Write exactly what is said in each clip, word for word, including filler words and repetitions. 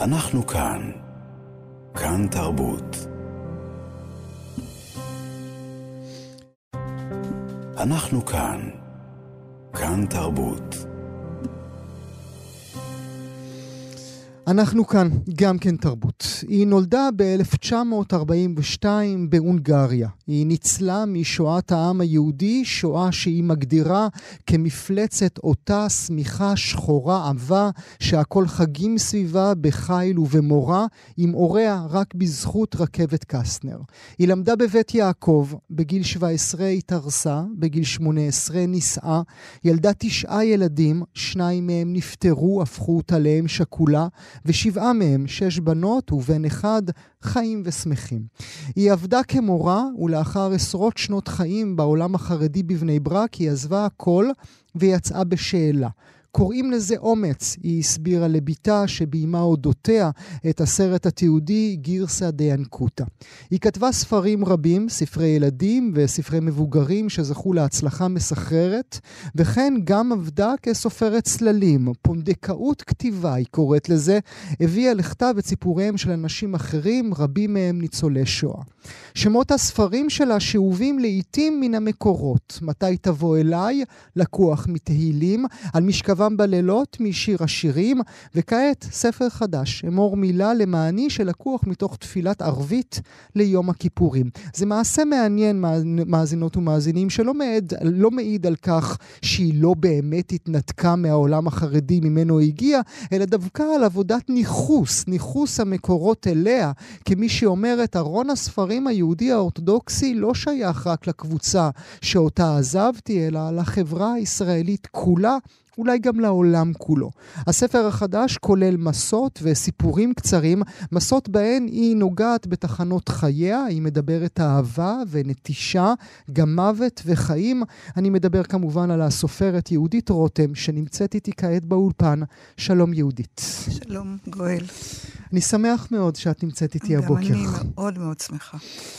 אנחנו כאן. כאן תרבות. אנחנו כאן. כאן תרבות. אנחנו כאן, גם כן תרבות. היא נולדה ב-אלף תשע מאות ארבעים ושתיים בהונגריה. היא ניצלה משואת העם היהודי, שואה שהיא מגדירה כמפלצת אותה סמיכה שחורה עבה, שהכל חגים סביבה בחיל ובמורה, עם אוריה רק בזכות רכבת קסטנר. היא למדה בבית יעקב, בגיל שבע עשרה התארסה, בגיל שמונה עשרה נישאה, ילדה תשעה ילדים, שניים מהם נפטרו, הפכו אותה לאם שכולה, ושבעה מהם, שש בנות ובן אחד, חיים ושמחים. היא עבדה כמורה, ולאחר עשרות שנות חיים בעולם החרדי בבני ברק, היא עזבה הכל ויצאה בשאלה. קוראים לזה אומץ, היא הסבירה לביתה שביימה אודותיה את הסרט התיעודי גירסא דינקותא. היא כתבה ספרים רבים, ספרי ילדים וספרי מבוגרים שזכו להצלחה מסחררת, וכן גם עבדה כסופרת צללים. פונדקאות כתיבה היא קוראת לזה, הביאה לכתב את סיפוריהם של אנשים אחרים, רבים מהם ניצולי שואה. שמות הספרים שלה שאובים לעתים מן המקורות. מתי תבוא אליי? לקוח מתהילים, על משכבם בלילות משיר השירים, וכעת ספר חדש, אמור מילה למעני, שלקוח מתוך תפילת ערבית ליום הכיפורים. זה מעשה מעניין, מאזינות ומאזינים, שלא מעיד, לא מעיד על כך שהיא לא באמת התנתקה מהעולם החרדי ממנו הגיעה, אלא דווקא על עבודת ניחוס, ניחוס המקורות אליה, כמי שאומרת, ארון הספרים היהודי האורתודוקסי לא שייך רק לקבוצה שאותה עזבתי, אלא לחברה הישראלית כולה, אולי גם לעולם כולו. הספר החדש כולל מסות וסיפורים קצרים, מסות בהן היא נוגעת בתחנות חייה, היא מדברת אהבה ונטישה, גם מוות וחיים. אני מדבר כמובן על הסופרת יהודית רותם, שנמצאת איתי כעת באולפן. שלום יהודית. שלום גואל. אני שמח מאוד שאת נמצאת איתי הבוקר. גם אני מאוד מאוד שמחה.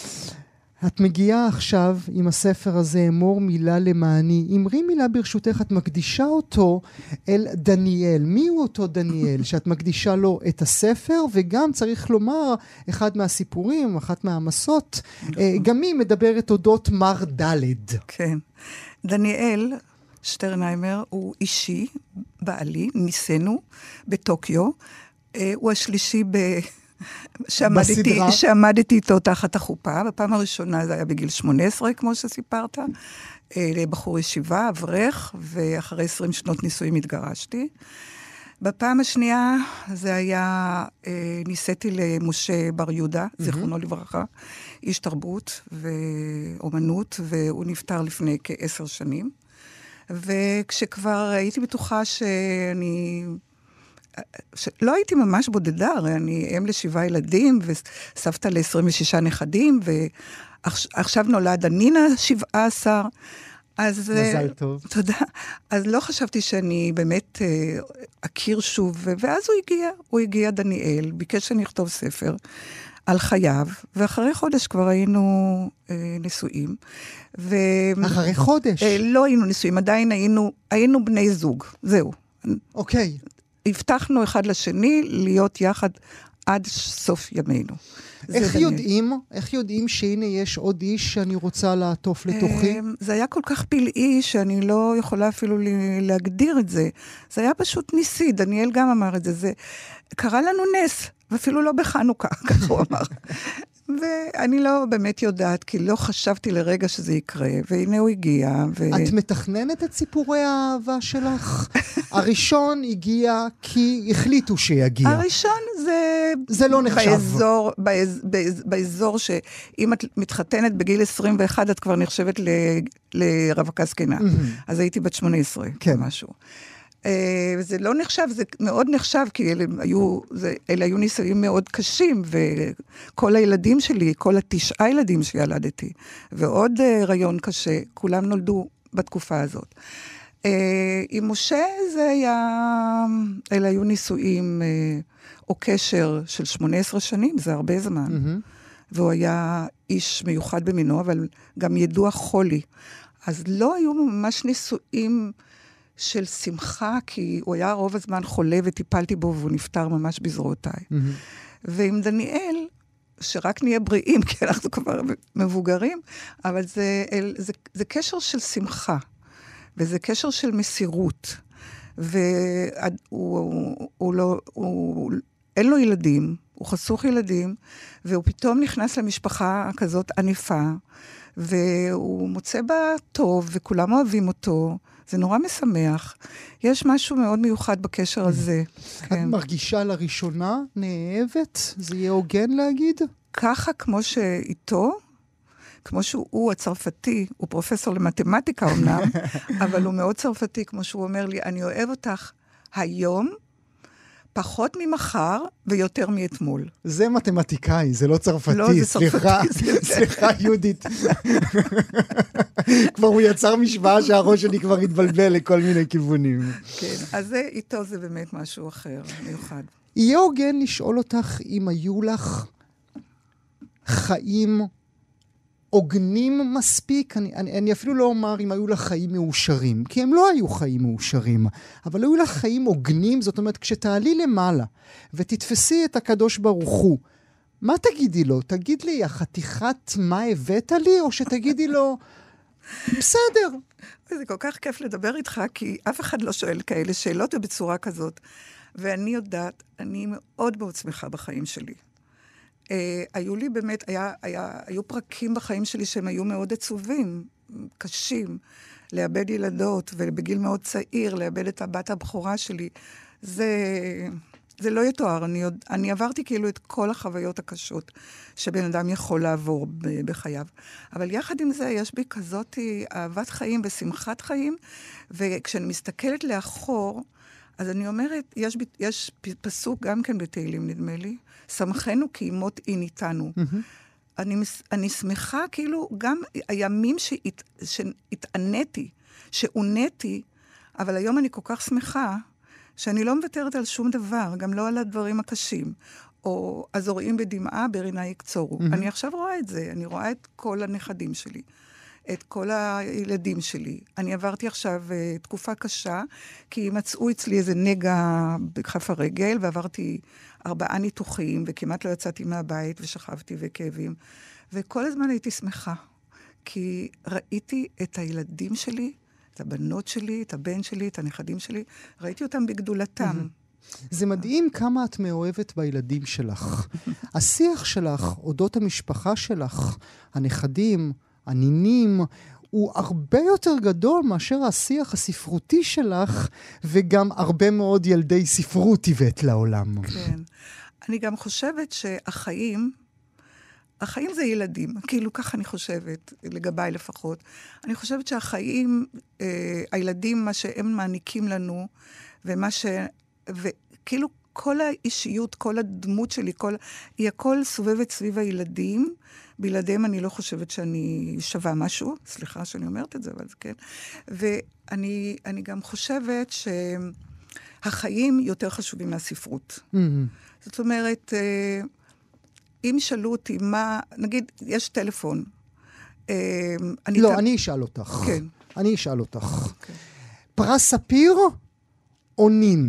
את מגיעה עכשיו עם הספר הזה, אמור מילה למעני. אמרי מילה ברשותך, את מקדישה אותו אל דניאל. מי הוא אותו דניאל? שאת מקדישה לו את הספר, וגם צריך לומר, אחד מהסיפורים, אחת מהמסות, גם היא מדברת אודות מר דלד. כן. דניאל שטרנהיימר הוא אישי, בעלי, ניסינו, בטוקיו. הוא השלישי ב... שעמדתי, שעמדתי איתו תחת החופה. בפעם הראשונה זה היה בגיל שמונה עשרה, כמו שסיפרת, לבחור ישיבה, אברך, ואחרי עשרים שנות נישואים התגרשתי. בפעם השנייה זה היה, ניסיתי למשה בר יהודה, זיכרונו לברכה, איש תרבות ואומנות, והוא נפטר לפני כעשר שנים. וכשכבר הייתי בטוחה שאני... לא הייתי ממש בודדה, הרי אני אם לשבעה ילדים, וסבתא ל-עשרים ושישה נכדים, ועכשיו נולד הנינה שבעה עשר, אז... מזל טוב. תודה. אז לא חשבתי שאני באמת אכיר שוב, ואז הוא הגיע, הוא הגיע דניאל, ביקש שאני אכתוב ספר על חייו, ואחרי חודש כבר היינו אה, נשואים. ו... אחרי חודש? אה, לא היינו נשואים, עדיין היינו, היינו בני זוג, זהו. אוקיי. הבטחנו אחד לשני להיות יחד עד סוף ימינו. איך יודעים, איך יודעים שהנה יש עוד איש שאני רוצה לעטוף לתוכי? זה היה כל כך פלאי שאני לא יכולה אפילו להגדיר את זה. זה היה פשוט ניסי, דניאל גם אמר את זה. זה קרה לנו נס, ואפילו לא בחנוכה, כך הוא אמר. ואני לא באמת יודעת, כי לא חשבתי לרגע שזה יקרה, והנה הוא הגיע. ו... את מתכננת את סיפורי האהבה שלך? הראשון הגיע כי החליטו שיגיע. הראשון זה... זה לא נחשב. באזור, באז, באז, באזור שאם את מתחתנת בגיל עשרים ואחת, את כבר נחשבת ל, לרווקה זקנה. Mm-hmm. אז הייתי בת שמונה עשרה, כן. משהו. וזה לא נחשב, זה מאוד נחשב, כי אלה היו, זה, אלה היו ניסויים מאוד קשים, וכל הילדים שלי, כל התשעה ילדים שילדתי, ועוד רעיון קשה, כולם נולדו בתקופה הזאת. עם משה זה היה, אלה היו ניסויים או קשר של שמונה עשרה שנים, זה הרבה זמן, mm-hmm. והוא היה איש מיוחד במינו, אבל גם ידוע חולי. אז לא היו ממש ניסויים של שמחה, כי הוא היה רוב הזמן חולה וטיפלתי בו, והוא נפטר ממש בזרועותיי. Mm-hmm. ועם דניאל, שרק נהיה בריאים, כי אנחנו כבר מבוגרים, אבל זה, זה, זה קשר של שמחה, וזה קשר של מסירות, והוא הוא לא, הוא, אין לו ילדים, הוא חסוך ילדים, והוא פתאום נכנס למשפחה כזאת עניפה, והוא מוצא בה טוב, וכולם אוהבים אותו, זה נורא משמח. יש משהו מאוד מיוחד בקשר הזה. את מרגישה לראשונה נאהבת? זה יהיה הוגן להגיד? ככה כמו שאיתו, כמו שהוא הצרפתי, הוא פרופסור למתמטיקה אמנם, אבל הוא מאוד צרפתי, כמו שהוא אומר לי, אני אוהב אותך היום, פחות ממחר ויותר מאתמול. זה מתמטיקאי, זה לא צרפתי. לא, זה סליחה, צרפתי. סליחה, יהודית. כבר הוא יצר משוואה שהראש שלי כבר התבלבל לכל מיני כיוונים. כן, אז זה, איתו זה באמת משהו אחר, מיוחד. יהיה הוגן לשאול אותך אם היו לך חיים עוגנים מספיק, אני, אני, אני אפילו לא אומר אם היו לך חיים מאושרים, כי הם לא היו חיים מאושרים, אבל היו לך חיים עוגנים, זאת אומרת, כשתעלי למעלה ותתפסי את הקדוש ברוך הוא, מה תגידי לו? תגיד לי, החתיכת מה הבאת לי, או שתגידי לו, בסדר. זה כל כך כיף לדבר איתך, כי אף אחד לא שואל כאלה שאלות ובצורה כזאת, ואני יודעת, אני מאוד מאוד שמחה בחיים שלי. Uh, היו לי באמת, היה, היה, היו פרקים בחיים שלי שהם היו מאוד עצובים, קשים, לאבד ילדות, ובגיל מאוד צעיר, לאבד את הבת הבכורה שלי. זה, זה לא יתואר, אני, עוד, אני עברתי כאילו את כל החוויות הקשות שבן אדם יכול לעבור ב, בחייו. אבל יחד עם זה, יש בי כזאת אהבת חיים ושמחת חיים, וכשאני מסתכלת לאחור, אז אני אומרת, יש, יש פסוק גם כן בתהילים, נדמה לי, שמחנו כי ימות אין איתנו. Mm-hmm. אני, אני שמחה, כאילו, גם הימים שהת, שהתעניתי, שעונתי, אבל היום אני כל כך שמחה, שאני לא מוותרת על שום דבר, גם לא על הדברים הקשים, או הזורעים בדמעה ברינה יקצורו. Mm-hmm. אני עכשיו רואה את זה, אני רואה את כל הנכדים שלי. את כל הילדים שלי. אני עברתי עכשיו uh, תקופה קשה, כי מצאו אצלי איזה נגע בכף הרגל, ועברתי ארבעה ניתוחים, וכמעט לא יצאתי מהבית, ושכבתי וכאבים. וכל הזמן הייתי שמחה, כי ראיתי את הילדים שלי, את הבנות שלי, את הבן שלי, את הנכדים שלי, ראיתי אותם בגדולתם. זה מדהים כמה את מאוהבת בילדים שלך. השיח שלך, אודות המשפחה שלך, הנכדים, הנינים, הוא הרבה יותר גדול מאשר השיח הספרותי שלך, וגם הרבה מאוד ילדי ספרות הבאת לעולם. כן. אני גם חושבת שהחיים, החיים זה ילדים, כאילו כך אני חושבת, לגביי לפחות. אני חושבת שהחיים, אה, הילדים, מה שהם מעניקים לנו, ומה ש... וכאילו כל האישיות, כל הדמות שלי, כל... היא הכל סובבת סביב הילדים, בלעדיהם אני לא חושבת שאני שווה משהו, סליחה שאני אומרת את זה, אבל זה כן. ואני אני גם חושבת שהחיים יותר חשובים מהספרות. Mm-hmm. זאת אומרת, אם שאלו אותי מה, נגיד, יש טלפון. אני לא, ת... אני אשאל אותך. כן. אני אשאל אותך. כן. פרס ספיר או נין?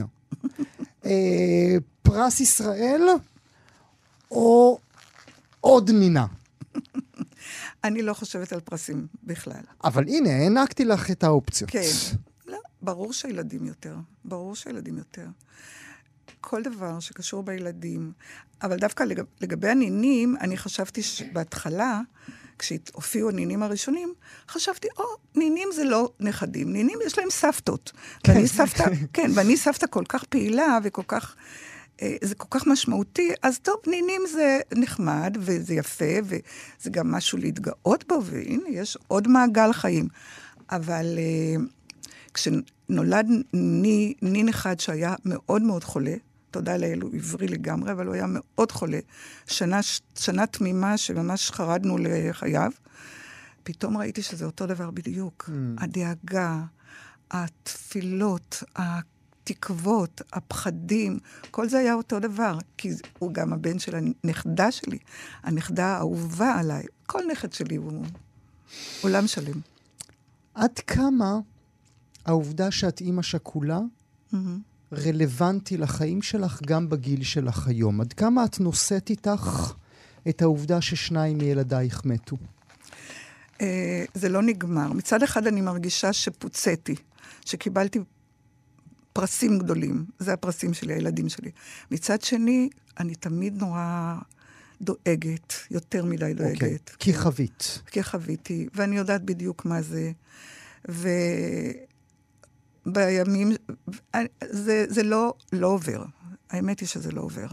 פרס ישראל או עוד נינה? אני לא חושבת על פרסים בכלל. אבל הנה, הענקתי לך את האופציות. כן. לא, ברור שהילדים יותר. ברור שהילדים יותר. כל דבר שקשור בילדים. אבל דווקא לגב, לגבי הנינים, אני חשבתי שבהתחלה, כשהופיעו הנינים הראשונים, חשבתי, או, נינים זה לא נכדים. נינים יש להם סבתות. ואני סבתא, כן, ואני סבתא כל כך פעילה וכל כך... זה כל כך משמעותי, אז טוב, נינים זה נחמד, וזה יפה, וזה גם משהו להתגאות בו, והנה, יש עוד מעגל חיים. אבל כשנולד ני, נין אחד שהיה מאוד מאוד חולה, תודה לאל, הוא עברי לגמרי, אבל הוא היה מאוד חולה, שנה, שנה תמימה שממש חרדנו לחייו, פתאום ראיתי שזה אותו דבר בדיוק. Mm. הדאגה, התפילות, הכ... תקוות, הפחדים, כל זה היה אותו דבר, כי הוא גם הבן של הנכדה שלי, הנכדה האהובה עליי. כל נכד שלי הוא עולם שלם. עד כמה העובדה שאת אימא שכולה, Mm-hmm. רלוונטי לחיים שלך גם בגיל שלך היום. עד כמה את נושאת איתך את העובדה ששניים מילדייך מתו? אה, זה לא נגמר. מצד אחד אני מרגישה שפוצאתי, שקיבלתי פרסים גדולים. זה הפרסים שלי, הילדים שלי. מצד שני, אני תמיד נורא דואגת, יותר מדי דואגת. אוקיי, כי חווית. כי חוויתי, ואני יודעת בדיוק מה זה. ובימים, זה, זה לא, לא עובר. האמת היא שזה לא עובר.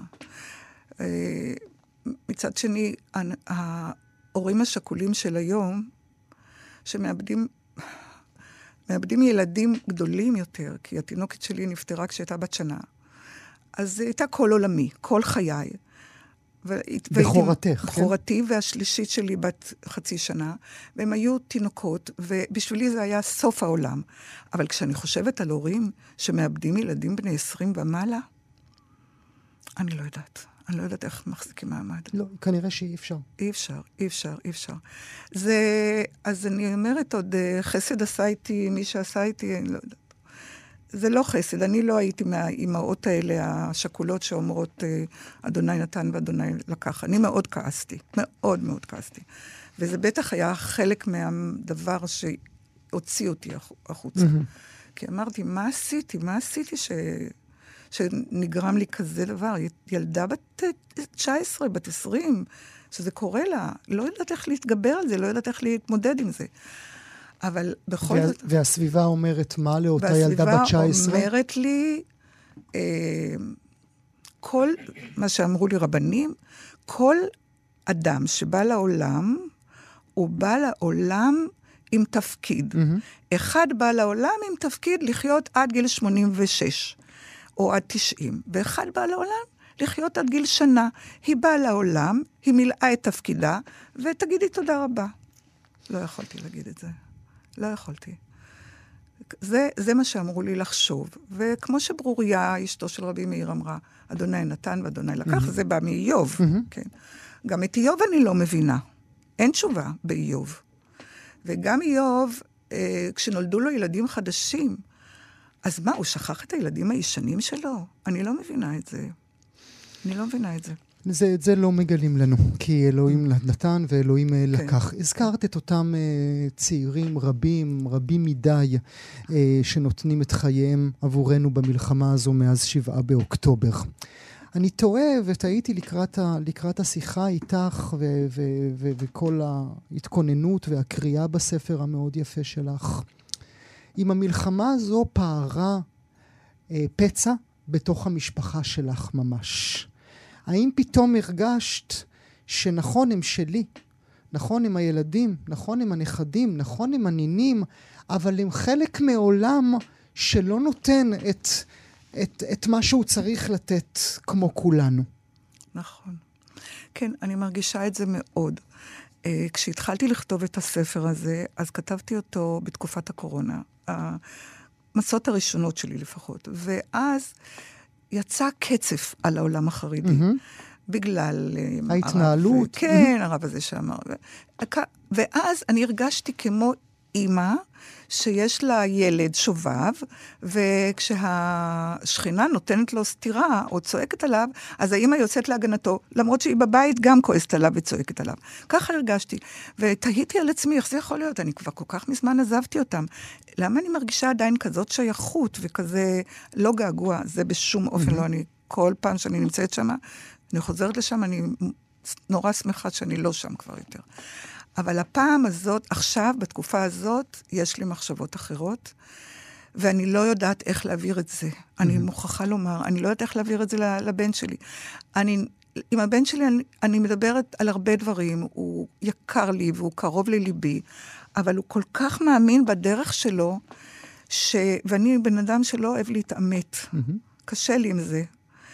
מצד שני, ההורים השכולים של היום, שמאבדים, מאבדים ילדים גדולים יותר, כי התינוקת שלי נפטרה כשהייתה בת שנה. אז זה הייתה כל עולמי, כל חיי. בחורתך, כן? בחורתי, והשלישית שלי בת חצי שנה, והם היו תינוקות, ובשבילי זה היה סוף העולם. אבל כשאני חושבת על הורים שמאבדים ילדים בני עשרים ומעלה, אני לא יודעת. אני לא יודעת איך מחזיקים מעמד. לא, כנראה שאי אפשר. אי אפשר, אי אפשר, אי אפשר. זה, אז אני אומרת עוד, חסד עשה איתי, מי שעשה איתי, אני לא יודעת. זה לא חסד, אני לא הייתי מהאימהות האלה השכולות שאומרות, אדוני נתן ואדוני לקח. אני מאוד כעסתי, מאוד מאוד כעסתי. וזה בטח היה חלק מהדבר שהוציא אותי החוצה. כי אמרתי, מה עשיתי? מה עשיתי ש... שנגרם לי כזה דבר? ילדה בת תשע עשרה, בת עשרים, שזה קורה לה. לא יודעת איך להתגבר על זה, לא יודעת איך להתמודד עם זה. אבל בכל וה, זאת... והסביבה אומרת מה לאותה ילדה בת תשע עשרה? והסביבה אומרת לי, אה, כל מה שאמרו לי רבנים, כל אדם שבא לעולם, הוא בא לעולם עם תפקיד. Mm-hmm. אחד בא לעולם עם תפקיד לחיות עד גיל שמונים ושש, או עד תשעים, ואחד בא לעולם לחיות עד גיל שנה. היא באה לעולם, היא מילאה את תפקידה, ותגידי תודה רבה. לא יכולתי להגיד את זה. לא יכולתי. זה, זה מה שאמרו לי לחשוב. וכמו שברוריה, אשתו של רבי מאיר אמרה, אדוני נתן ואדוני לקח, mm-hmm. זה בא מאיוב. Mm-hmm. כן. גם את איוב אני לא מבינה. אין תשובה באיוב. וגם איוב, אה, כשנולדו לו ילדים חדשים, אז מה, הוא שכח את הילדים הישנים שלו? אני לא מבינה את זה. אני לא מבינה את זה. זה, את זה לא מגלים לנו, כי אלוהים נתן ואלוהים כן. לקח. הזכרת את אותם uh, צעירים רבים, רבים מדי, uh, שנותנים את חייהם עבורנו במלחמה הזו מאז שבעה באוקטובר. אני טועה ותהיתי לקראת, ה, לקראת השיחה איתך ו- ו- ו- וכל ההתכוננות והקריאה בספר המאוד יפה שלך. אם המלחמה הזו פערה uh, פצע בתוך המשפחה שלך ממש. האם פתאום הרגשת שנכון הם שלי, נכון הם הילדים, נכון הם הנכדים, נכון הם הנינים, אבל הם חלק מעולם שלא נותן את, את, את מה שהוא צריך לתת כמו כולנו? נכון. כן, אני מרגישה את זה מאוד. Uh, כשהתחלתי לכתוב את הספר הזה, אז כתבתי אותו בתקופת הקורונה. המסעות הראשונות שלי לפחות. ואז... יצא קצף על העולם החרדי, mm-hmm. בגלל... ההתנהלות. הרב, כן, mm-hmm. הרב הזה שאמר. ואז אני הרגשתי כמו אימא, שיש לה ילד שובב, וכשהשכינה נותנת לו סתירה, או צועקת עליו, אז האמא יוצאת להגנתו, למרות שהיא בבית גם כועסת עליו וצועקת עליו. ככה הרגשתי. ותהיתי על עצמי, איך זה יכול להיות? אני כבר כל כך מזמן עזבתי אותם. למה אני מרגישה עדיין כזאת שייכות, וכזה לא געגוע? זה בשום אופן לא. אני, כל פעם שאני נמצאת שם, אני חוזרת לשם, אני נורא שמחה שאני לא שם כבר יותר. אבל הפעם הזאת, עכשיו, בתקופה הזאת, יש לי מחשבות אחרות, ואני לא יודעת איך להעביר את זה. אני מוכרחה לומר, אני לא יודעת איך להעביר את זה לבן שלי. אני, עם הבן שלי אני, אני מדברת על הרבה דברים, הוא יקר לי והוא קרוב לליבי, אבל הוא כל כך מאמין בדרך שלו, ש... ואני בן אדם שלא אוהב להתאמת. קשה לי עם זה.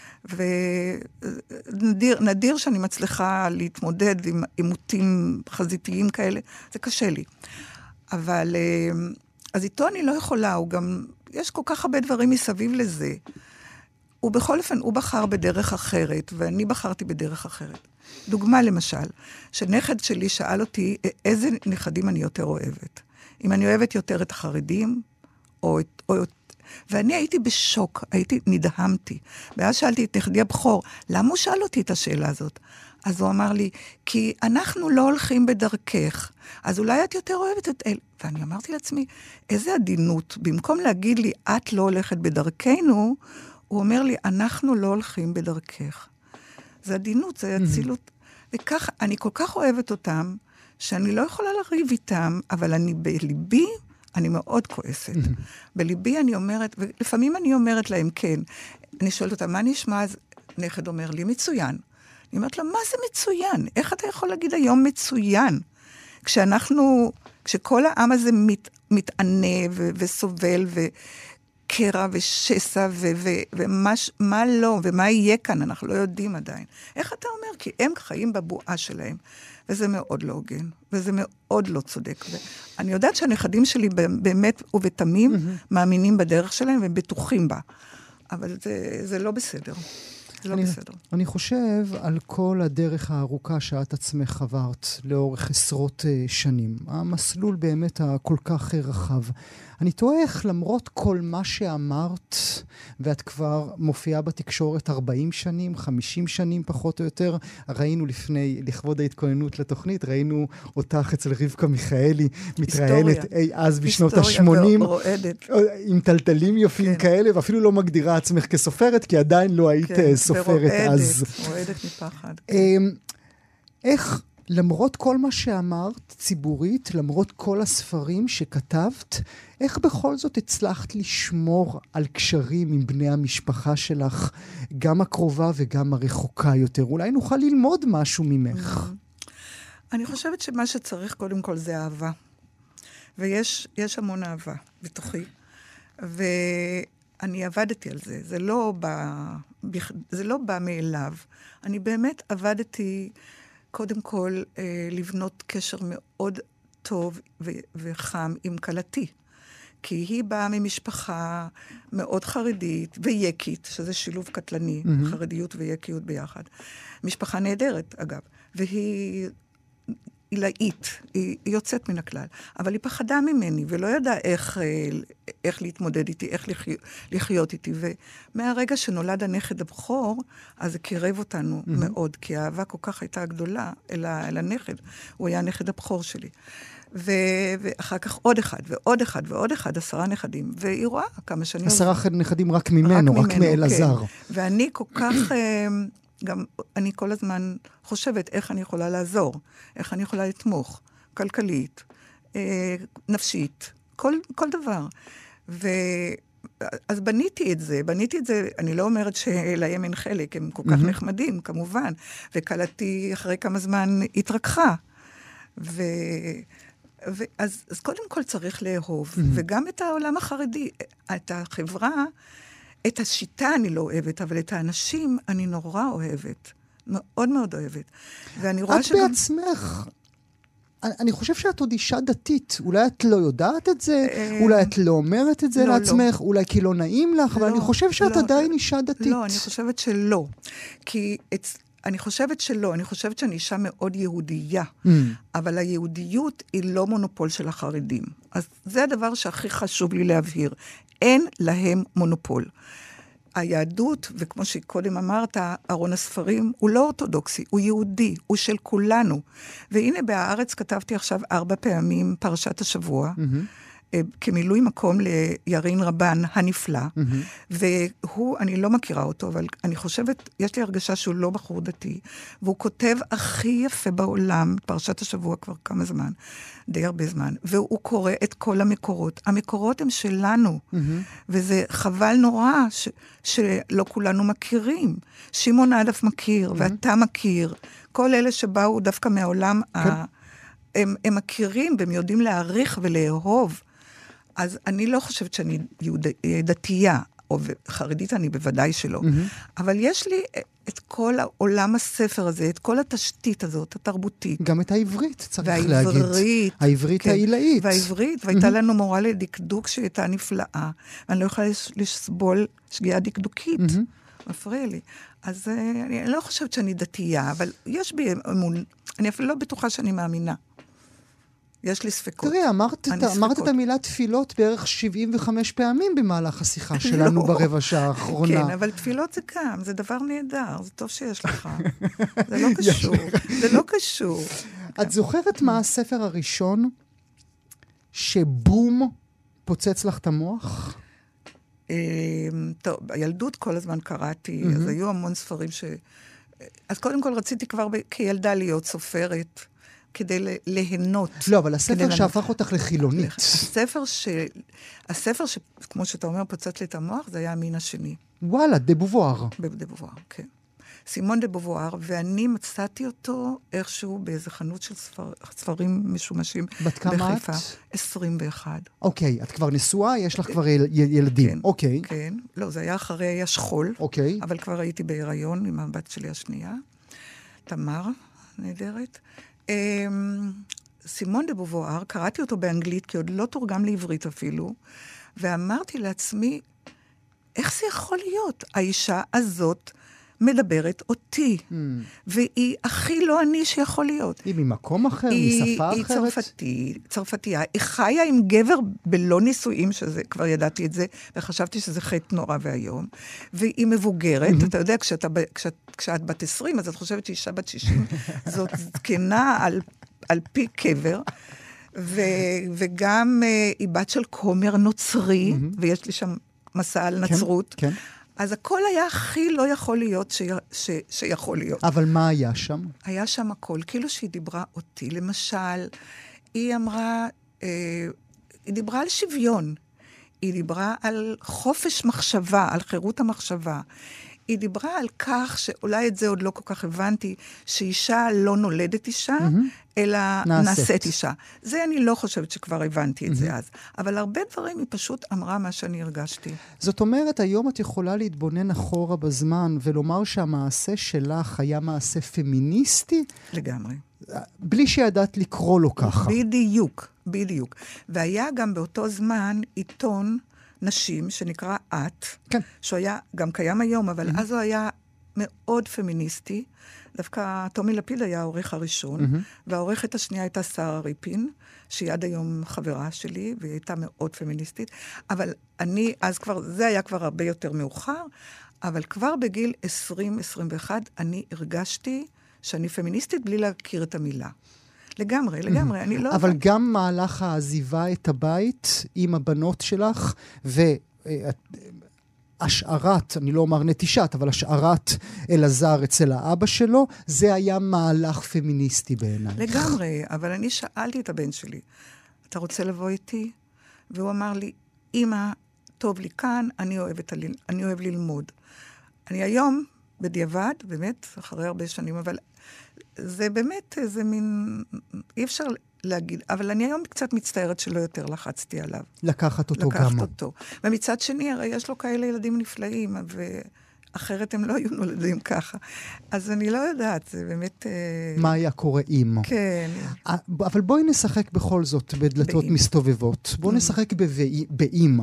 ונדיר נדיר שאני מצליחה להתמודד עם עימותים חזיתיים כאלה, זה קשה לי. אבל, אז איתו אני לא יכולה, הוא גם, יש כל כך הרבה דברים מסביב לזה. הוא בכל אופן, הוא בחר בדרך אחרת, ואני בחרתי בדרך אחרת. דוגמה למשל, שנכד שלי שאל אותי, איזה נכדים אני יותר אוהבת? אם אני אוהבת יותר את החרדים, או את... או... ואני הייתי בשוק, הייתי, נדהמתי. ואז שאלתי את נכדי הבכור, למה הוא שאל אותי את השאלה הזאת? אז הוא אמר לי, כי אנחנו לא הולכים בדרכך, אז אולי את יותר אוהבת את אל... ואני אמרתי לעצמי, איזה עדינות, במקום להגיד לי, את לא הולכת בדרכנו, הוא אומר לי, אנחנו לא הולכים בדרכך. זה עדינות, זה אצילות. וכך, אני כל כך אוהבת אותם, שאני לא יכולה לריב איתם, אבל אני בליבי, אני מאוד כועסת. בליבי אני אומרת, ולפעמים אני אומרת להם, כן, אני שואלת אותם, מה נשמע? אז נכד אומר לי, מצוין. אני אומרת לה, מה זה מצוין? איך אתה יכול להגיד היום מצוין? כשאנחנו, כשכל העם הזה מת, מתענה ו- וסובל וקרע ושסע ו- ו- ומה מה לא, ומה יהיה כאן, אנחנו לא יודעים עדיין. איך אתה אומר? כי הם חיים בבועה שלהם. וזה מאוד לא הוגן, וזה מאוד לא צודק. ואני יודעת שהנכדים שלי באמת ובתמים מאמינים בדרך שלהם והם בטוחים בה. אבל זה, זה לא בסדר. זה לא אני, בסדר. אני חושב על כל הדרך הארוכה שאת עצמך עברת לאורך עשרות uh, שנים. המסלול באמת הכל כך רחב. אני תוהה איך למרות כל מה שאמרת, ואת כבר מופיעה בתקשורת ארבעים שנים, חמישים שנים פחות או יותר, ראינו לפני, לכבוד ההתכוננות לתוכנית, ראינו אותך אצל רבקה מיכאלי, מתראיינת אי אז בשנות ה-שמונים, עם טלטלים יפים כן. כאלה, ואפילו לא מגדירה עצמך כסופרת, כי עדיין לא היית כן, סופרת ורועדת, אז. רועדת מפחד. איך... למרות כל מה שאמרת ציבורית, למרות כל הספרים שכתבת, איך בכל זאת הצלחת לשמור על קשרים עם בני המשפחה שלך, גם הקרובה וגם הרחוקה יותר? אולי נוכל ללמוד משהו ממך. אני חושבת שמה שצריך קודם כל זה אהבה. ויש יש המון אהבה בתוכי. ואני עבדתי על זה. זה לא בא, זה לא בא מאליו. אני באמת עבדתי... קודם כל, אה, לבנות קשר מאוד טוב ו- וחם עם קלתי. כי היא באה ממשפחה מאוד חרדית ויקית, שזה שילוב קטלני, mm-hmm. חרדיות ויקיות ביחד. משפחה נהדרת, אגב. והיא עילאית, היא, היא יוצאת מן הכלל. אבל היא פחדה ממני, ולא ידעה איך, איך להתמודד איתי, איך לחיות, לחיות איתי. ומהרגע שנולד הנכד הבכור, אז זה קירב אותנו mm-hmm. מאוד, כי האהבה כל כך הייתה גדולה אל, ה, אל הנכד. הוא היה הנכד הבכור שלי. ו, ואחר כך עוד אחד, ועוד אחד, ועוד אחד, עשרה נכדים. והיא רואה כמה שנים... עשרה נכדים רק ממנו, רק, רק מאלעזר. כן. ואני כל כך... גם אני כל הזמן חושבת איך אני יכולה לעזור, איך אני יכולה לתמוך, כלכלית, אה, נפשית, כל, כל דבר. ו... אז בניתי את זה, בניתי את זה, אני לא אומרת שלהם אין חלק, הם כל כך mm-hmm. נחמדים, כמובן, וקלתי אחרי כמה זמן התרככה. ו... ואז, אז קודם כל צריך לאהוב, mm-hmm. וגם את העולם החרדי, את החברה, את השיטה אני לא אוהבת, אבל את האנשים אני נורא אוהבת. מאוד מאוד אוהבת. ואני רואה את שגם... בעצמך, אני, אני חושב שאת עוד אישה דתית. אולי את לא יודעת את זה, אולי את לא אומרת את זה לא, לעצמך, לא. אולי כי לא נעים לך, לא, אבל אני חושב שאת לא, עדיין אישה דתית. לא, אני חושבת שלא. כי את... אני חושבת שלא, אני חושבת שאני אישה מאוד יהודייה, mm. אבל היהודיות היא לא מונופול של החרדים. אז זה הדבר שהכי חשוב לי להבהיר. אין להם מונופול. היהדות, וכמו שקודם אמרת, ארון הספרים, הוא לא אורתודוקסי, הוא יהודי, הוא של כולנו. והנה בהארץ כתבתי עכשיו ארבע פעמים פרשת השבוע, mm-hmm. כמילוי מקום לירין רבן הנפלא, mm-hmm. והוא, אני לא מכירה אותו, אבל אני חושבת, יש לי הרגשה שהוא לא בחור דתי, והוא כותב הכי יפה בעולם, פרשת השבוע כבר כמה זמן, די הרבה זמן, והוא קורא את כל המקורות. המקורות הם שלנו, mm-hmm. וזה חבל נורא ש, שלא כולנו מכירים. שמעון עדף מכיר, mm-hmm. ואתה מכיר, כל אלה שבאו דווקא מהעולם, כן. ה, הם, הם מכירים, והם יודעים להעריך ולאהוב. אז אני לא חושבת שאני יהוד... דתייה, או חרדית אני בוודאי שלא. Mm-hmm. אבל יש לי את כל העולם הספר הזה, את כל התשתית הזאת, התרבותית. גם את העברית, צריך והעברית, להגיד. והעברית. העברית כן, העילאית. והעברית, והייתה mm-hmm. לנו מורה לדקדוק שהייתה נפלאה. ואני לא יכולה לסבול שגיאה דקדוקית. Mm-hmm. מפריע לי. אז אני לא חושבת שאני דתייה, אבל יש בי אמון, אני אפילו לא בטוחה שאני מאמינה. יש לי ספקות. תראי, אמרת, אמרת את המילה תפילות בערך שבעים וחמש פעמים במהלך השיחה שלנו ברבע שעה האחרונה. כן, אבל תפילות זה גם, זה דבר נהדר, זה טוב שיש לך. זה לא קשור, זה לא קשור. את זוכרת מה הספר הראשון שבום פוצץ לך את המוח? טוב, בילדות כל הזמן קראתי, אז היו המון ספרים ש... אז קודם כל רציתי כבר כילדה להיות סופרת, כדי ליהנות. לא, אבל הספר שהפך אותך לחילונית. הספר ש... הספר ש... כמו שאתה אומר, פוצץ לי את המוח, זה היה המין השני. וואלה, דה בובואר. דה בובואר, כן. סימון דה בובואר, ואני מצאתי אותו איכשהו באיזה חנות של ספר... ספרים משומשים. בת כמה את? עשרים ואחת. אוקיי, את כבר נשואה, יש לך כבר יל... ילדים. כן, אוקיי. כן. לא, זה היה אחרי השכול. אוקיי. אבל כבר הייתי בהיריון עם הבת שלי השנייה. תמר, נהדרת. סימון דה בובואר, קראתי אותו באנגלית, כי עוד לא תורגם לעברית אפילו, ואמרתי לעצמי, איך זה יכול להיות? האישה הזאת מדברת אותי, mm. והיא הכי לא אני שיכול להיות. היא ממקום אחר, היא, משפה היא אחרת? היא צרפתי, צרפתייה. היא חיה עם גבר בלא נישואים, שזה, כבר ידעתי את זה, וחשבתי שזה חטא נורא והיום. והיא מבוגרת, mm-hmm. אתה יודע, כשאת, כשאת, כשאת בת עשרים, אז את חושבת שאישה בת שישים, זאת זקנה על, על פי קבר, ו, וגם uh, היא בת של כומר נוצרי, mm-hmm. ויש לי שם מסע על נצרות. כן, כן. אז הכל היה הכי לא יכול להיות ש... ש... שיכול להיות. אבל מה היה שם? היה שם הכל, כאילו שהיא דיברה אותי. למשל, היא אמרה, אה, היא דיברה על שוויון. היא דיברה על חופש מחשבה, על חירות המחשבה. היא דיברה על כך, שאולי את זה עוד לא כל כך הבנתי, שאישה לא נולדת אישה, mm-hmm. אלא נעשית. נעשית אישה. זה אני לא חושבת שכבר הבנתי את mm-hmm. זה אז. אבל הרבה דברים היא פשוט אמרה מה שאני הרגשתי. זאת אומרת, היום את יכולה להתבונן אחורה בזמן, ולומר שהמעשה שלך היה מעשה פמיניסטי? לגמרי. בלי שידעת לקרוא לו ככה. בדיוק, בדיוק. והיה גם באותו זמן עיתון נשים, שנקרא את, כן. שהוא היה גם קיים היום, אבל mm-hmm. אז הוא היה מאוד פמיניסטי. דווקא תומי לפיד היה העורך הראשון, mm-hmm. והעורכת השנייה הייתה שרה ריפין, שהיא עד היום חברה שלי, והיא הייתה מאוד פמיניסטית. אבל אני, אז כבר, זה היה כבר הרבה יותר מאוחר, אבל כבר בגיל עשרים עשרים ואחת, אני הרגשתי שאני פמיניסטית בלי להכיר את המילה. לגמרי, לגמרי, אני לא... אבל גם מהלך העזיבה את הבית עם הבנות שלך, והשארת, אני לא אומר נטישת, אבל השארת אלעזר אצל האבא שלו, זה היה מהלך פמיניסטי בעיניי. לגמרי, אבל אני שאלתי את הבן שלי, אתה רוצה לבוא איתי? והוא אמר לי, אמא, טוב לי כאן, אני אוהבת, אני אוהב ללמוד. אני היום, בדיעבד, באמת, אחרי הרבה שנים, אבל... זה באמת איזה מין, אי אפשר להגיד, אבל אני היום קצת מצטערת שלא יותר לחצתי עליו. לקחת אותו לקחת גם. לקחת אותו. ומצד שני, הרי יש לו כאלה ילדים נפלאים, ואחרת הם לא היו נולדים ככה. אז אני לא יודעת, זה באמת... מה היה קורה אם? כן. אבל בואי נשחק בכל זאת בדלתות באם. מסתובבות. בואי נשחק באם.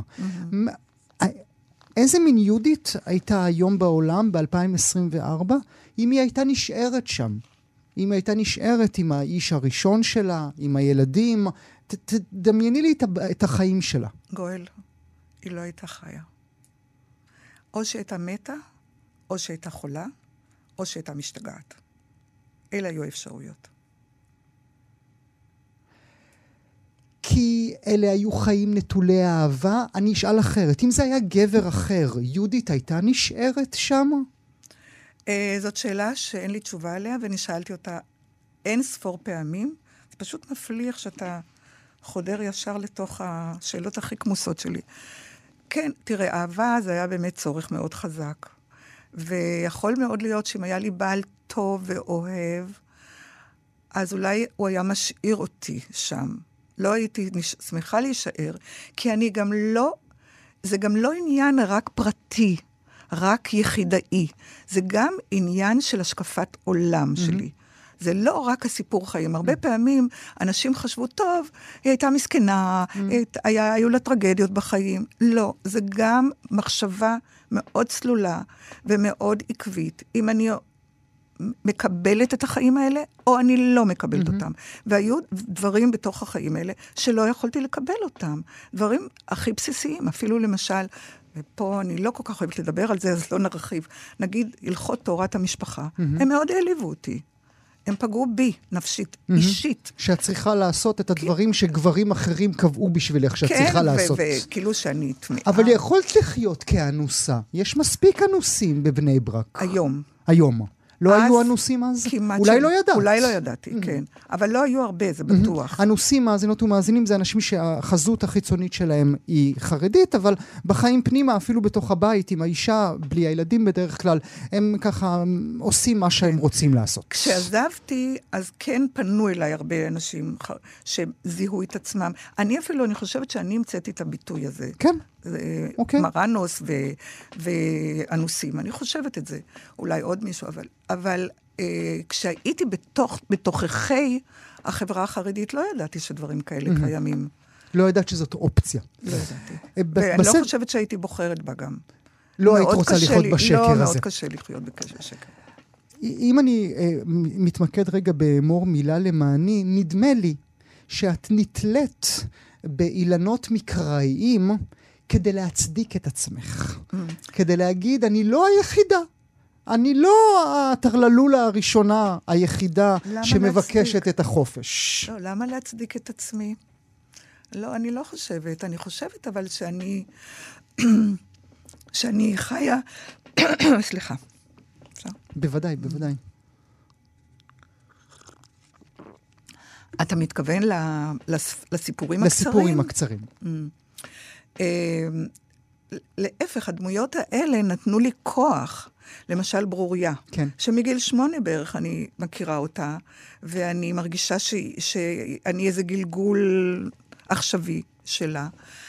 איזה מין יהודית הייתה היום בעולם ב-אלפיים עשרים וארבע, אם היא הייתה נשארת שם? אם היא הייתה נשארת עם האיש הראשון שלה, עם הילדים, ת, תדמייני לי את, את החיים שלה. גואל, היא לא הייתה חיה. או שהייתה מתה, או שהייתה חולה, או שהייתה משתגעת. אלה היו אפשרויות. כי אלה היו חיים נטולי אהבה, אני אשאל אחרת. אם זה היה גבר אחר, יהודית הייתה נשארת שם? Uh, זאת שאלה שאין לי תשובה עליה, ואני שאלתי אותה אין ספור פעמים. זה פשוט מפליח שאתה חודר ישר לתוך השאלות הכי כמוסות שלי. כן, תראה, אהבה זה היה באמת צורך מאוד חזק. ויכול מאוד להיות שאם היה לי בעל טוב ואוהב, אז אולי הוא היה משאיר אותי שם. לא הייתי שמחה להישאר, כי אני גם לא, זה גם לא עניין רק פרטי, רק יחידאי. זה גם עניין של השקפת עולם mm-hmm. שלי. זה לא רק הסיפור חיים. הרבה mm-hmm. פעמים אנשים חשבו, טוב, היא הייתה מסכנה, mm-hmm. היה, היו לה טרגדיות בחיים. לא, זה גם מחשבה מאוד צלולה ומאוד עקבית. אם אני מקבלת את החיים האלה, או אני לא מקבלת אותם. והיו דברים בתוך החיים האלה שלא יכולתי לקבל אותם. דברים הכי בסיסיים, אפילו למשל, ופה אני לא כל כך אוהבת לדבר על זה, אז לא נרחיב. נגיד, הלכות תורת המשפחה, הם מאוד העליבו אותי. הם פגעו בי, נפשית, אישית. שאת צריכה לעשות את הדברים שגברים אחרים קבעו בשבילך, שאת צריכה לעשות. כן, וכאילו שאני תמאה. אבל יכולת לחיות כאנוסה. יש מספיק אנוסים בבני ברק. היום. היום. לא היו אנוסים אז? אולי לא ידעת. אולי לא ידעתי, כן. אבל לא היו הרבה, זה בטוח. אנוסים, מאזינות ומאזינים, זה אנשים שהחזות החיצונית שלהם היא חרדית, אבל בחיים פנימה, אפילו בתוך הבית, עם האישה, בלי הילדים בדרך כלל, הם ככה עושים מה שהם רוצים לעשות. כשעזבתי, אז כן פנו אליי הרבה אנשים שזיהו את עצמם. אני אפילו, אני חושבת שאני המצאתי את הביטוי הזה. כן. Okay. מרנוס ו- ואנוסים, אני חושבת את זה, אולי עוד מישהו, אבל, אבל אה, כשהייתי בתוך, בתוככי החברה החרדית, לא ידעתי שדברים כאלה mm-hmm. קיימים. לא ידעת שזאת אופציה. לא ידעתי. ואני בסד... לא חושבת שהייתי בוחרת בה גם. לא היית רוצה לחיות לי, בשקר לא, הזה. לא, מאוד קשה לחיות בשקר. אם אני אה, מתמקד רגע באמור מילה למעני, נדמה לי שאת נתלית באילנות מקראיים, כדי להצדיק את עצמך. Mm. כדי להגיד, אני לא היחידה. אני לא התרללולה הראשונה, היחידה שמבקשת להצדיק? את החופש. לא, למה להצדיק את עצמי? לא, אני לא חושבת. אני חושבת אבל שאני, שאני חיה, סליחה. אפשר? בוודאי, בוודאי. אתה מתכוון לסיפורים הקצרים? לסיפורים הקצרים. Mm. להפך, הדמויות האלה נתנו לי כוח, למשל ברוריה, כן. שמגיל שמונה בערך אני מכירה אותה, ואני מרגישה ש... שאני איזה גלגול עכשווי שלה.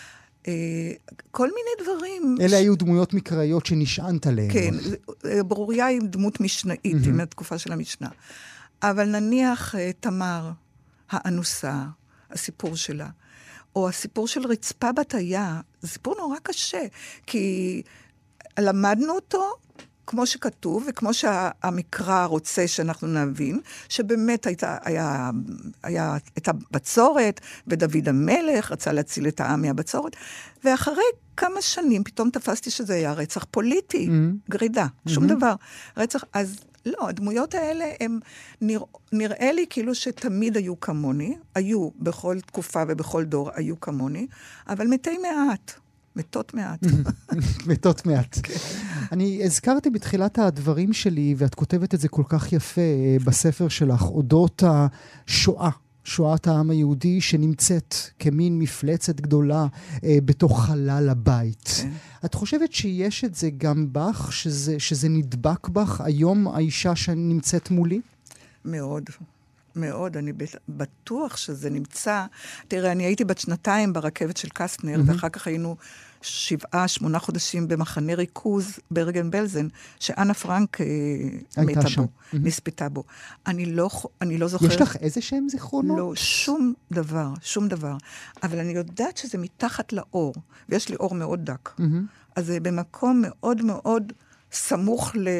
כל מיני דברים. אלה ש... היו דמויות מקראיות שנשענת עליהן. כן, ברוריה היא דמות משנאית, היא מהתקופה של המשנה. אבל נניח תמר, האנוסה, הסיפור שלה, או הסיפור של רצפה בתיה, זה סיפור נורא קשה, כי למדנו אותו כמו שכתוב, וכמו שהמקרא רוצה שאנחנו נבין, שבאמת הייתה, היה, היה, הייתה בצורת, ודוד המלך רצה להציל את העם מהבצורת, ואחרי כמה שנים פתאום תפסתי שזה היה רצח פוליטי, mm-hmm. גרידה, שום mm-hmm. דבר. רצח, אז לא, הדמויות האלה, הם נרא, נראה לי כאילו שתמיד היו כמוני, היו בכל תקופה ובכל דור היו כמוני, אבל מתי מעט. מתות מעט. מתות מעט. אני הזכרתי בתחילת הדברים שלי, ואת כותבת את זה כל כך יפה בספר שלך, אודות השואה, שואת העם היהודי שנמצאת כמין מפלצת גדולה אה, בתוך חלל הבית. כן. את חושבת שיש את זה גם בך, שזה, שזה נדבק בך היום האישה שנמצאת מולי? מאוד. מאוד, אני בטוח שזה נמצא. תראה, אני הייתי בת שנתיים ברכבת של קסטנר, mm-hmm. ואחר כך היינו שבעה, שמונה חודשים במחנה ריכוז ברגן בלזן, שאנה פרנק מתה בו, mm-hmm. נספתה בו. אני לא, אני לא זוכרת... יש לך איזה שהם זיכרונות? לא, שום דבר, שום דבר. אבל אני יודעת שזה מתחת לאור, ויש לי אור מאוד דק. Mm-hmm. אז זה במקום מאוד מאוד סמוך ל...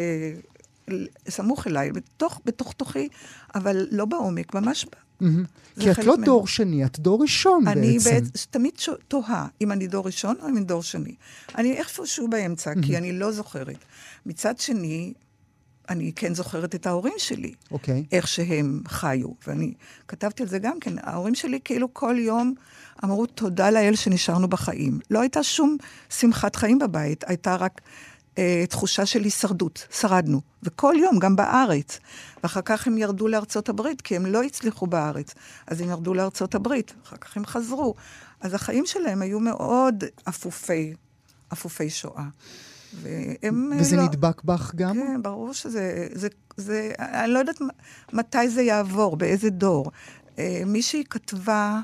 סמוך אליי, בתוך, בתוך תוכי, אבל לא בעומק, ממש בה. כי את לא דור שני, את דור ראשון בעצם. אני תמיד תוהה אם אני דור ראשון או אם אני דור שני. אני איפשהו באמצע, כי אני לא זוכרת. מצד שני, אני כן זוכרת את ההורים שלי. אוקיי. איך שהם חיו. ואני כתבתי על זה גם כן. ההורים שלי כאילו כל יום אמרו תודה לאל שנשארנו בחיים. לא הייתה שום שמחת חיים בבית, הייתה רק... תחושה של הישרדות, שרדנו, וכל יום, גם בארץ. ואחר כך הם ירדו לארצות הברית, כי הם לא הצליחו בארץ. אז הם ירדו לארצות הברית, אחר כך הם חזרו. אז החיים שלהם היו מאוד אפופי, אפופי שואה. והם וזה לא... נדבק בך גם? כן, ברור שזה... זה, זה, אני לא יודעת מתי זה יעבור, באיזה דור. מישהי כתבה...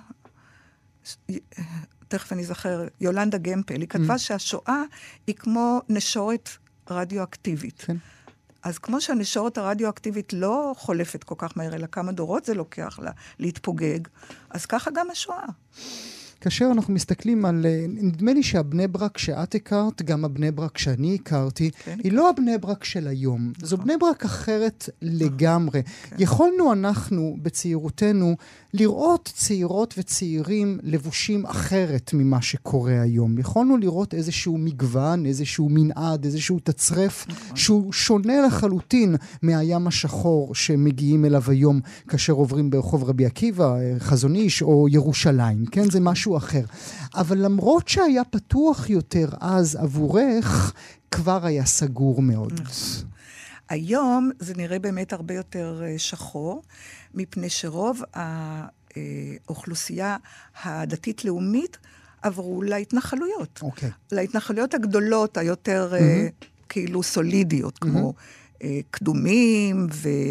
תכף אני זוכר, יולנדה גמפל, היא כתבה mm. שהשואה היא כמו נשורת רדיואקטיבית. כן. אז כמו שהנשורת הרדיואקטיבית לא חולפת כל כך מהר, אלא כמה דורות זה לוקח לה להתפוגג, אז ככה גם השואה. כאשר אנחנו מסתכלים על, נדמה לי שהבני ברק שאת הכרת, גם הבני ברק שאני הכרתי, כן, היא כן. לא הבני ברק של היום. נכון. זו בני ברק אחרת לגמרי. כן. יכולנו אנחנו בצעירותנו לראות צעירות וצעירים לבושים אחרת ממה שקורה היום. יכולנו לראות איזשהו מגוון, איזשהו מנעד, איזשהו תצרף, נכון. שהוא שונה לחלוטין מהים השחור שמגיעים אליו היום כאשר עוברים ברחוב רבי עקיבא, חזון איש או ירושלים. כן, זה משהו אחר. אבל למרות שהיה פתוח יותר אז עבורך, כבר היה סגור מאוד. היום זה נראה באמת הרבה יותר שחור, מפני שרוב האוכלוסייה הדתית-לאומית עברו להתנחלויות. אוקיי. להתנחלויות הגדולות, היותר mm-hmm. כאילו סולידיות, mm-hmm. כמו קדומים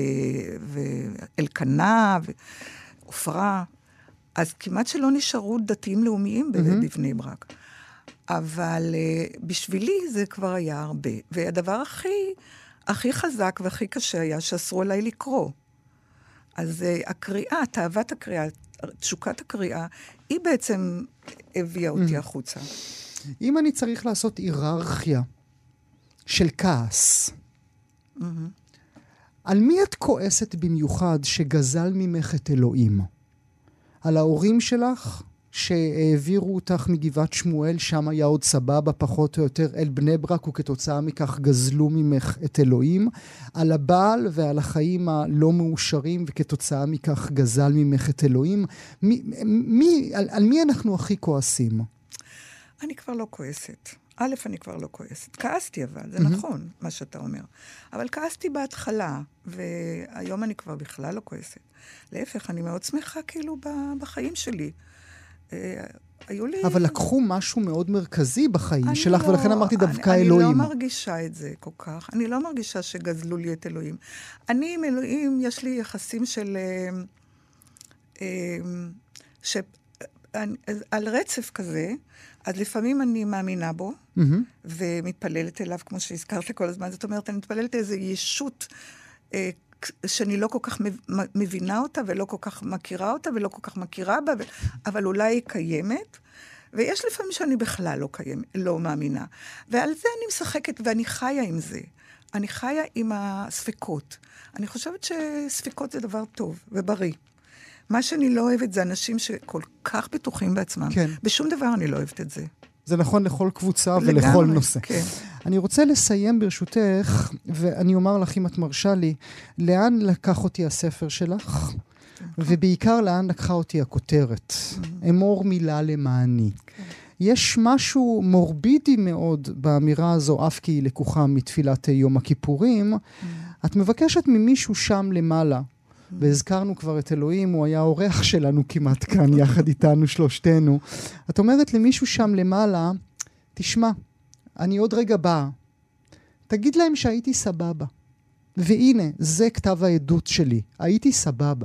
ואלקנה ועופרה. אז כמעט שלא נשארו דתיים לאומיים mm-hmm. בבני ברק. אבל uh, בשבילי זה כבר היה הרבה. והדבר הכי, הכי חזק והכי קשה היה שאסרו עליי לקרוא. אז uh, הקריאה, תאוות הקריאה, תשוקת הקריאה, היא בעצם הביאה אותי mm-hmm. החוצה. אם אני צריך לעשות היררכיה של כעס, mm-hmm. על מי את כועסת במיוחד שגזל ממך את אלוהים? על ההורים שלך שהעבירו אותך מגבעת שמואל, שם היה עוד סבבה פחות או יותר, אל בני ברק, וכתוצאה מכך גזלו ממך את אלוהים, על הבעל ועל החיים הלא מאושרים, וכתוצאה מכך גזל ממך את אלוהים. מי, מי, על, על מי אנחנו הכי כועסים? אני כבר לא כועסת. א', אני כבר לא כועסת. כעסתי אבל, זה mm-hmm. נכון מה שאתה אומר. אבל כעסתי בהתחלה, והיום אני כבר בכלל לא כועסת. להפך, אני מאוד שמחה כאילו בחיים שלי. היו לי... אבל לקחו משהו מאוד מרכזי בחיים שלך, לא, ולכן אמרתי דווקא אני, אלוהים. אני לא מרגישה את זה כל כך. אני לא מרגישה שגזלו לי את אלוהים. אני עם אלוהים, יש לי יחסים של... ש... על רצף כזה, אז לפעמים אני מאמינה בו, mm-hmm. ומתפללת אליו, כמו שהזכרת כל הזמן. זאת אומרת, אני מתפללת איזו ישות אה, שאני לא כל כך מבינה אותה, ולא כל כך מכירה אותה, ולא כל כך מכירה בה, אבל אולי היא קיימת. ויש לפעמים שאני בכלל לא קיימת, לא מאמינה. ועל זה אני משחקת, ואני חיה עם זה. אני חיה עם הספקות. אני חושבת שספקות זה דבר טוב ובריא. מה שאני לא אוהבת זה אנשים שכל כך בטוחים בעצמם. כן. בשום דבר אני לא אוהבת את זה. זה נכון לכל קבוצה לגמרי, ולכל נושא. כן. אני רוצה לסיים ברשותך, ואני אומר לך אם את מרשה לי, לאן לקח אותי הספר שלך, ובעיקר לאן לקחה אותי הכותרת. אמור מילה למעני. כן. יש משהו מורבידי מאוד באמירה הזו, אף כי היא לקוחה מתפילת יום הכיפורים. את מבקשת ממישהו שם למעלה, והזכרנו כבר את אלוהים, הוא היה אורח שלנו כמעט כאן, יחד איתנו שלושתנו. את אומרת למישהו שם למעלה, תשמע, אני עוד רגע באה. תגיד להם שהייתי סבבה. והנה, זה כתב העדות שלי. הייתי סבבה.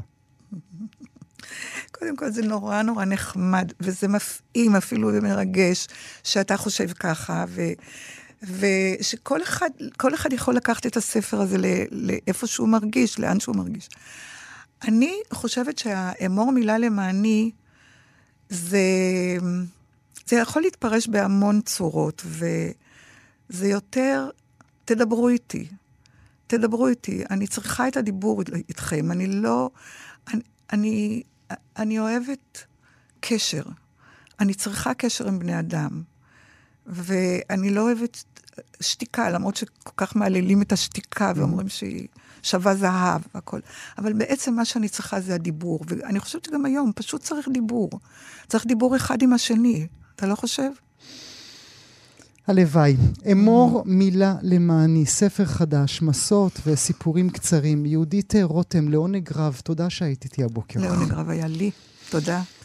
קודם כל, זה נורא נורא נחמד, וזה מפעים אפילו ומרגש, שאתה חושב ככה, ו... ושכל אחד, כל אחד יכול לקחת את הספר הזה לאיפה שהוא מרגיש, לאן שהוא מרגיש. אני חושבת שהאמור מילה למעני, זה, זה יכול להתפרש בהמון צורות, וזה יותר, תדברו איתי, תדברו איתי, אני צריכה את הדיבור איתכם, אני לא, אני, אני, אני אוהבת קשר, אני צריכה קשר עם בני אדם, ואני לא אוהבת שתיקה, למרות שכל כך מעלילים את השתיקה, ואומרים שהיא שווה זהב והכל. אבל בעצם מה שאני צריכה זה הדיבור, ואני חושבת שגם היום פשוט צריך דיבור. צריך דיבור אחד עם השני. אתה לא חושב? הלוואי. אמור מילה למעני, ספר חדש, מסעות וסיפורים קצרים. יהודית רותם, לעונג רב, תודה שהיית איתי הבוקר. לעונג רב היה לי. תודה.